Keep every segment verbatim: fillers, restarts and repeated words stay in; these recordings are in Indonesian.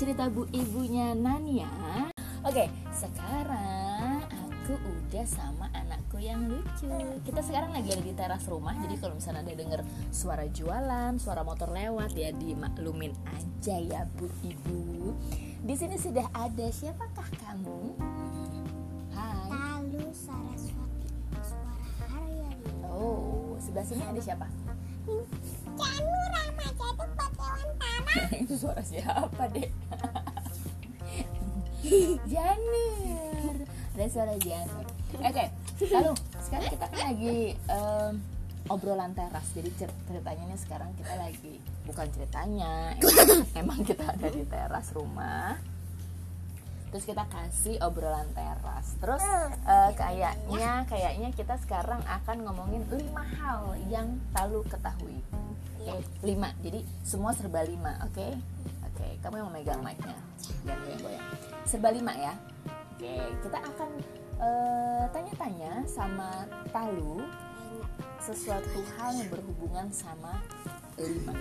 cerita Bu Ibunya Nania. Oke, sekarang aku udah sama anakku yang lucu. Kita sekarang lagi ada di teras rumah. Jadi kalau misalnya ada denger suara jualan, suara motor lewat, ya dimaklumin aja ya Bu Ibu. Di sini sudah ada, siapakah kamu? Hai. Lalu Saraswati Suara Haryani. Oh, sebelah sini ada siapa? Janur Rama jadi Patewantara. Itu suara siapa, Dek? Janur. Ada suara Janur. Oke, lalu sekarang kita kan lagi um, obrolan teras. Jadi ceritanya nih sekarang kita lagi, bukan ceritanya, emang, emang kita ada di teras rumah. Terus kita kasih obrolan teras. Terus uh, kayaknya kayaknya kita sekarang akan ngomongin lima hal yang tak lu ketahui. Oke, okay? lima. Jadi semua serba lima, oke? Okay? Oke, okay, kamu yang memegang mic-nya. Jangan goyang-goyang. Serba lima ya. Oke, okay, kita akan uh, tanya-tanya sama Talu sesuatu hal yang berhubungan sama lima.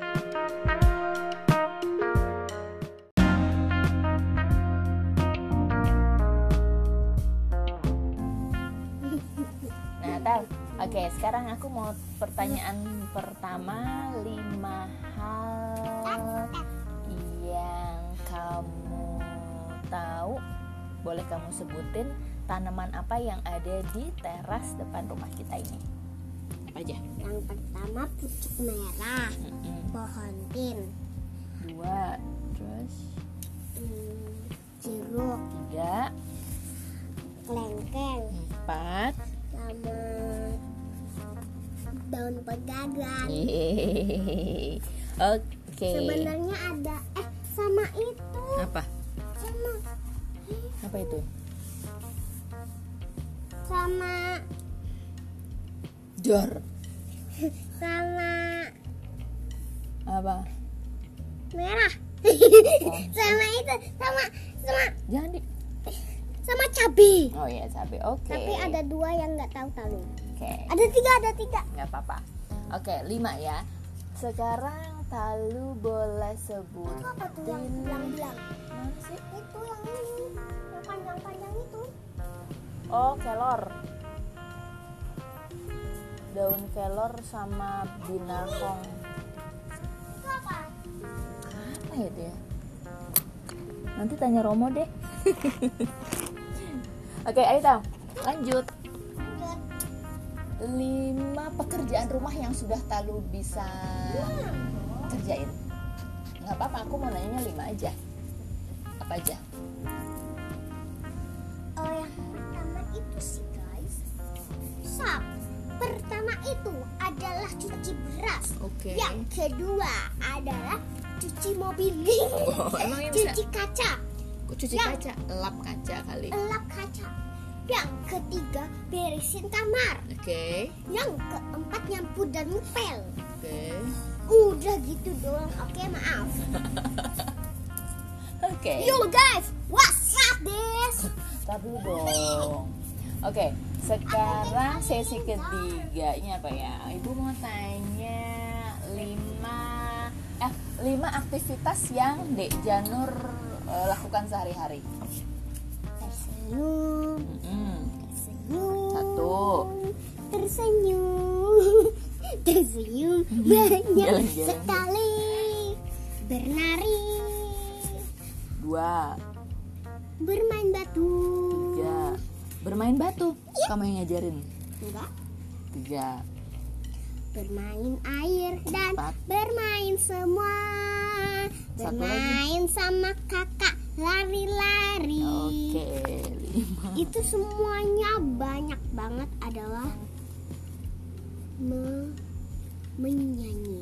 Oke, okay, sekarang aku mau pertanyaan pertama, lima hal yang kamu tahu. Boleh kamu sebutin tanaman apa yang ada di teras depan rumah kita ini? Apa aja? Yang pertama pucuk merah, mm-hmm. pohon tin. Dua, terus hmm, jeruk. Tiga, kelengkeng. Empat, sama daun pegagan. Oke. Okay. Sebenarnya ada eh sama itu. Apa? Sama apa itu? Sama jor. Sama apa? Merah. Oh. Sama itu, sama sama jangan di sama cabai. Oh iya, cabai. Oke. Okay. Tapi ada dua yang nggak tahu Talu. Oke. Okay. Ada tiga, ada tiga. Nggak apa-apa. Oke, okay, lima ya. Sekarang Talu boleh sebut. Itu apa tuh yang bilang-bilang? Mana sih? Itu yang ini, yang panjang-panjang itu. Oh, kelor. Daun kelor sama binarkong. Itu apa? Apa ya itu ya? Nanti tanya Romo deh. Oke, ayo Tal, lanjut. Lanjut. Lima pekerjaan rumah yang sudah Talu bisa kerjain. Nggak apa-apa, aku mau nanya lima aja. Apa aja? Oh, yang pertama itu sih guys. Sap. Pertama itu adalah cuci beras. Oke. Yang kedua adalah cuci mobil. Oh, emang ini cuci bisa? kaca. Cuci yang, kaca, elap kaca kali. Elap kaca. Yang ketiga beresin kamar. Oke. Okay. Yang keempat nyapu dan ngepel. Oke. Okay. Udah gitu doang. Oke, okay, maaf. Oke. Okay. Yo guys, what's up this? Tapi dong. Oke, okay, sekarang sesi ketiganya apa ya? Ibu mau tanya lima eh lima aktivitas yang Dek Janur uh, lakukan sehari-hari. Tersenyum, mm-hmm. tersenyum, satu, tersenyum, tersenyum banyak jalan-jalan sekali, berlari, dua, bermain batu, tiga, bermain batu. Ya. Kamu yang ngajarin? Enggak. Tiga, bermain air dan empat, bermain semua, satu bermain lagi. Sama kakak lari-lari. Oke, lima. Itu semuanya banyak banget adalah me- menyanyi.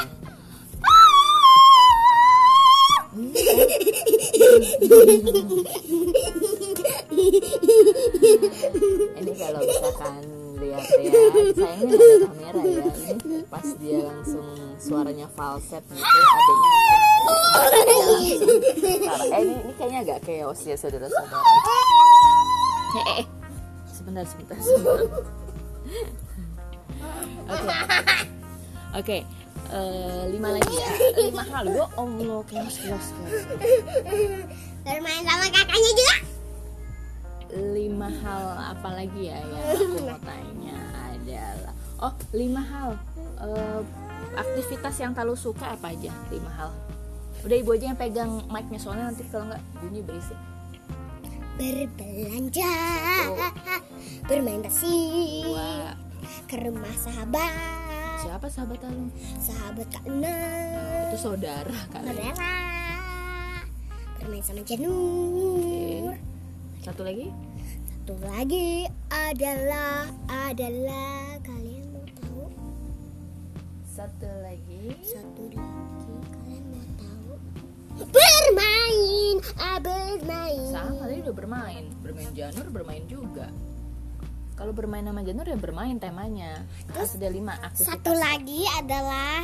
Ini kalau misalkan lihat ya, sayangnya ada kamera ya. Ini pas dia langsung suaranya falset gitu, adanya langsung, langsung eh, ini, ini kayaknya agak chaos ya saudara-saudara. Eh, eh, eh. Sebentar, sebentar, sebentar. Oke, okay. Oke, okay. uh, lima lagi ya. Lima hal. Ya Allah, kelas kelas kelas. Bermain sama kakaknya juga. Lima hal apa lagi ya yang aku mau tanya adalah, oh lima hal uh, aktivitas yang Talu suka apa aja? Lima hal. Udah ibu aja yang pegang mic-nya soalnya nanti kalau nggak bunyi berisik. Berbelanja, bermain tasik, Dua. ke rumah sahabat. Siapa sahabat Talu? Sahabat Kak Ena. Itu saudara kali. Saudara. Bermain sama Janur. Oke. Satu lagi? Satu lagi adalah adalah kalian mau tahu? Satu lagi. Satu lagi kalian mau tahu? Bermain, ah bermain. Sama tadi udah bermain. Bermain Janur, bermain juga. Kalau bermain sama Janur ya bermain temanya. Terus ada lima aktivitas. Satu lagi adalah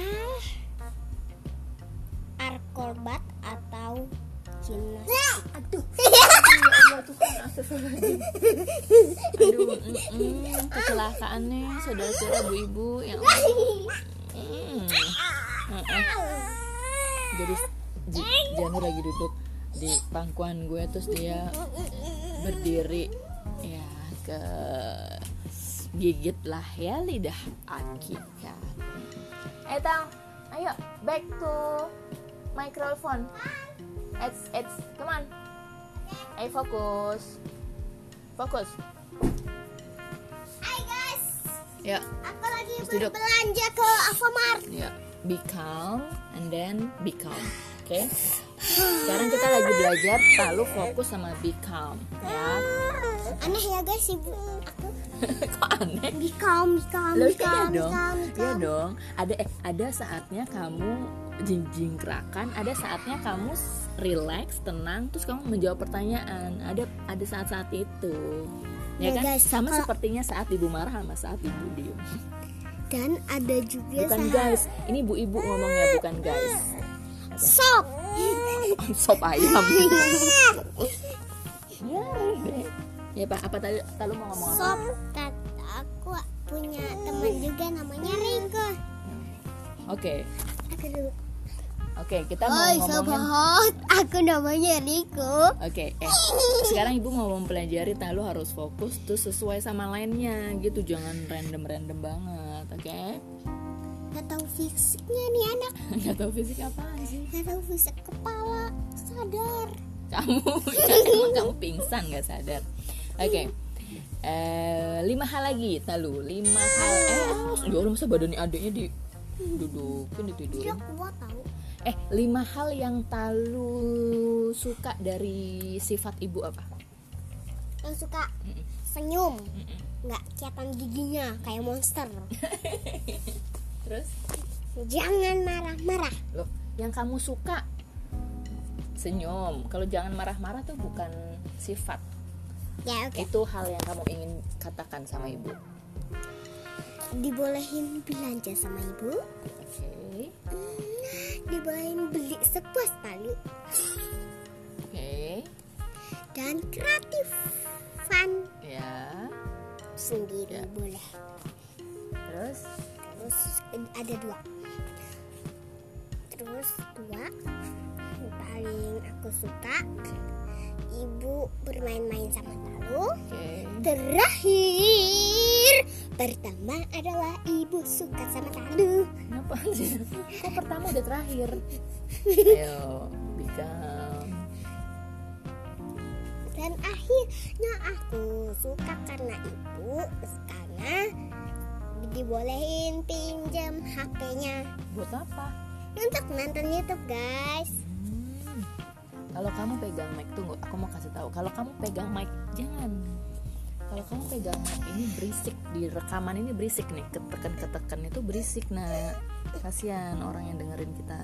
akrobat atau gimnastik. Aduh. Ya Allah Tuhan, astagfirullahaladzim. Aduh, mm, mm, kecelakaannya saudara-saudara ibu-ibu yang mm, mm, mm. Jadi J- Janur lagi duduk di pangkuan gue, terus dia berdiri ya ke gigit lah ya lidah Aki kan. Eh Tang, ayo back to microphone. It's it's come on. Ayo fokus. Fokus. Hai guys, Ya, aku lagi Terus duduk. berbelanja ke Alfamart. ya. Be calm and then be calm. Oke. Okay? Sekarang kita lagi belajar Talu fokus sama be calm ya. Aneh ya guys, ibu aku. Kok aneh? Be calm, be calm, Loh, be calm, iya be dong. calm, be Iya calm. dong. Ada eh ada saatnya kamu jingjingkrakan, ada saatnya kamu s- relax, tenang, terus kamu menjawab pertanyaan. Ada ada saat-saat itu. Ya, Ya, kan? guys, Sama kalau- sepertinya saat ibu marah sama saat ibu diem. Dan ada juga Bukan saat- guys, ini bu-ibu ngomongnya bukan guys. Sop. Sop ayam. Ya, deh. Ya Pak, apa tadi Talu mau ngomong apa? Sop. Kata aku punya teman juga namanya Riko. Oke. Aku dulu. Oke, kita mau Hai ngomongin. sobat, aku namanya Riko. Oke, eh sekarang ibu mau mempelajari Talu harus fokus tuh sesuai sama lainnya gitu, jangan random-random banget, oke? Gak tahu fisiknya nih anak. Nggak tahu fisik apaan sih? Gak tahu fisik kepala. Sadar. Kamu, emang kamu pingsan nggak sadar? Oke, eh lima hal lagi Talu, lima hal. Eh, ya Allah masa badannya adiknya di dudukin Dia ditidurin. kuat tahu. Eh, lima hal yang Talu suka dari sifat ibu apa? Yang suka senyum. Nggak kelihatan giginya kayak monster. Terus? Jangan marah-marah. Loh, yang kamu suka senyum. Kalau jangan marah-marah tuh bukan sifat. Ya oke. Itu hal yang kamu ingin katakan sama ibu. Dibolehin belanja sama ibu. Oke. Dibolehin beli sepuas Talu. Oke. Dan kreatif. Fun. Ya. Sendiri Ya. boleh. Terus Terus eh, ada dua. Terus dua yang paling aku suka, ibu bermain-main sama Talu. oke. Terakhir pertama adalah ibu suka sama Talu. Kenapa sih? Kok pertama udah terakhir? Ayo, become. Dan akhirnya aku suka karena ibu, karena dibolehin pinjam H P-nya Buat apa? untuk nonton YouTube guys. Hmm. Kalau kamu pegang mic, tunggu, aku mau kasih tahu. Kalau kamu pegang mic, jangan. Kalau kamu pegang mic ini berisik, di rekaman ini berisik nih, ketekan-ketekan itu berisik. Nah, kasihan orang yang dengerin kita.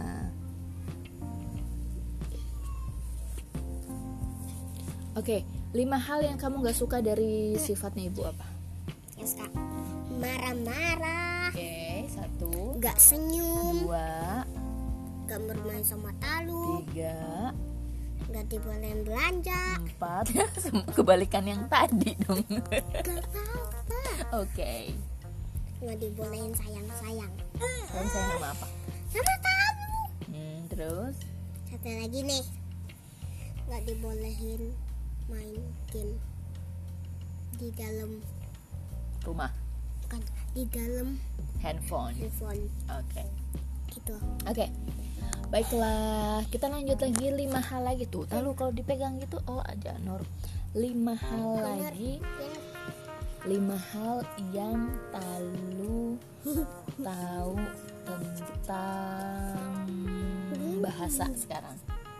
Oke, lima hal yang kamu gak suka dari sifatnya ibu apa? Yang suka marah-marah, Oke, satu, gak senyum, dua, gak bermain sama Talu, tiga, gak dibolehin belanja. empat. Semua kebalikan yang tadi dong. Gak apa-apa. Oke. nggak dibolehin sayang-sayang. Kalian sayang sama apa? Sama kamu. Hmm, terus Satu lagi nih, nggak dibolehin main game di dalam, rumah, bukan di dalam handphone. handphone Oke. gitu. Oke. Baiklah, kita lanjut lagi lima hal lagi tuh. Lalu kalau dipegang gitu, oh ada Nur. Lima hal lagi, lima hal yang Talu tahu tentang bahasa sekarang.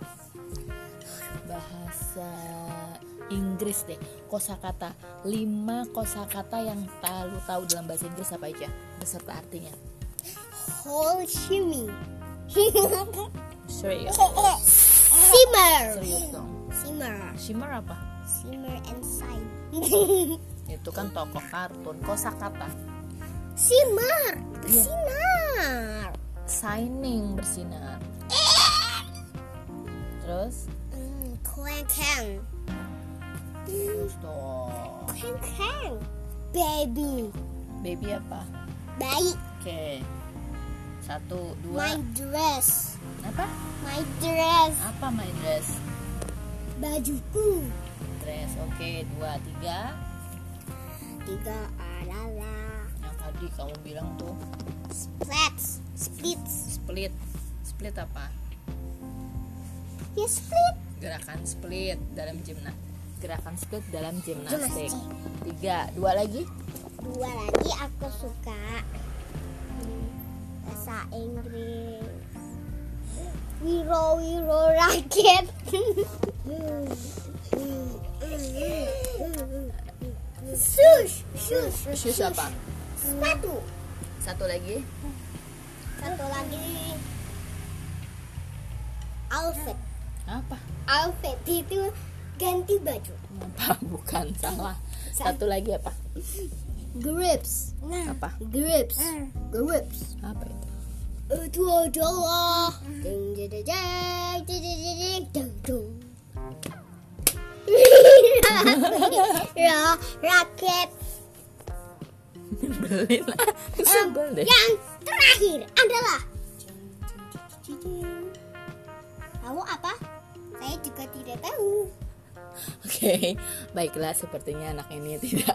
Bahasa Inggris deh, kosakata. Lima kosakata yang Talu tahu dalam bahasa Inggris apa aja beserta artinya. Whole shimmy. Serius? Simmer. Serius dong. Simmer. Shimmer apa? Simmer and sign. Itu kan tokoh kartun. Kosakata. Simmer. Iya. Sinar. Shining, bersinar. Terus? Hmm, Clank-clank. Terus dong. Clank-clank. Baby. Baby apa? Bayi. Oke. Satu, My dua. dress. Apa? My dress. Apa my dress? Bajuku. Dress. Oke, dua, tiga. Tiga adalah Yang tadi kamu bilang tuh splits. Splits. split. Split apa? Ya split. Gerakan split dalam gimna. Gerakan split dalam gimnastik. Gimnastik. Tiga, dua lagi. Dua lagi aku suka hmm, bahasa Inggris. Wiro wiro raket. Shush, shush, Shoes apa? sepatu. Satu lagi. Satu lagi outfit. Apa? Outfit itu ganti baju. Apa? Bukan, salah. Satu lagi apa? Grips. Apa? Grips. Grips. Apa itu? Itu adalah ding ding ding ding ding ding ding. Ya, raket. Nyebelin lah. Sebel deh. Yang terakhir adalah tahu apa? Saya juga tidak tahu. Oke, baiklah, sepertinya anak ini tidak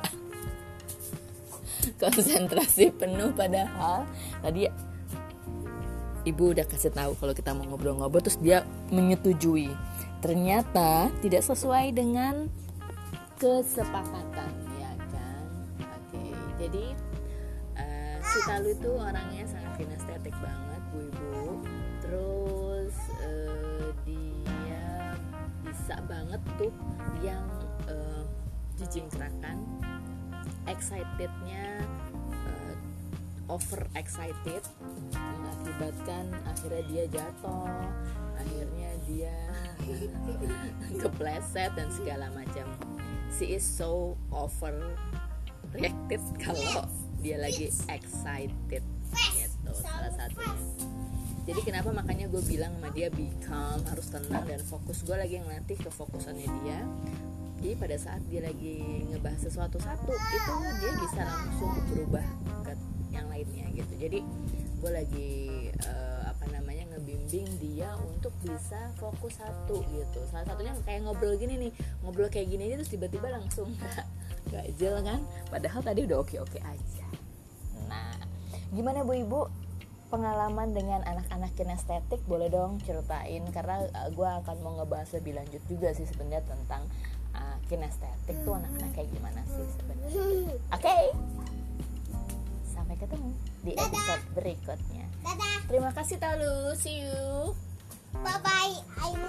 konsentrasi penuh, padahal tadi ibu udah kasih tahu kalau kita mau ngobrol-ngobrol, terus dia menyetujui. Ternyata tidak sesuai dengan kesepakatan, ya kan? Oke, jadi uh, si Talu itu orangnya sangat kinestetik banget, bu ibu. Terus uh, dia bisa banget tuh yang uh, jijingkrakan, excitednya uh, over excited, mengakibatkan akhirnya dia jatuh, akhirnya dia kepleset dan segala macam. She is so over reacted kalau dia lagi excited gitu, salah satunya. Jadi kenapa makanya gue bilang sama dia be calm, harus tenang dan fokus. Gue lagi ngelatih kefokusannya dia. Jadi pada saat dia lagi ngebahas sesuatu satu, itu dia bisa langsung berubah ke yang lainnya gitu. Jadi gue lagi uh, apa namanya ngebimbing dia untuk bisa fokus satu gitu. Salah satunya kayak ngobrol gini nih, ngobrol kayak gini aja terus tiba-tiba langsung gak, gak jel kan. Padahal tadi udah oke-oke aja. Nah, gimana bu ibu pengalaman dengan anak-anak kinestetik? Boleh dong ceritain, karena uh, gue akan mau ngebahas lebih lanjut juga sih sebenarnya tentang uh, kinestetik tuh anak-anak kayak gimana sih sebenarnya. Oke, okay. Sampai ketemu di episode berikutnya. Dadah. Terima kasih Talu, see you. Bye bye.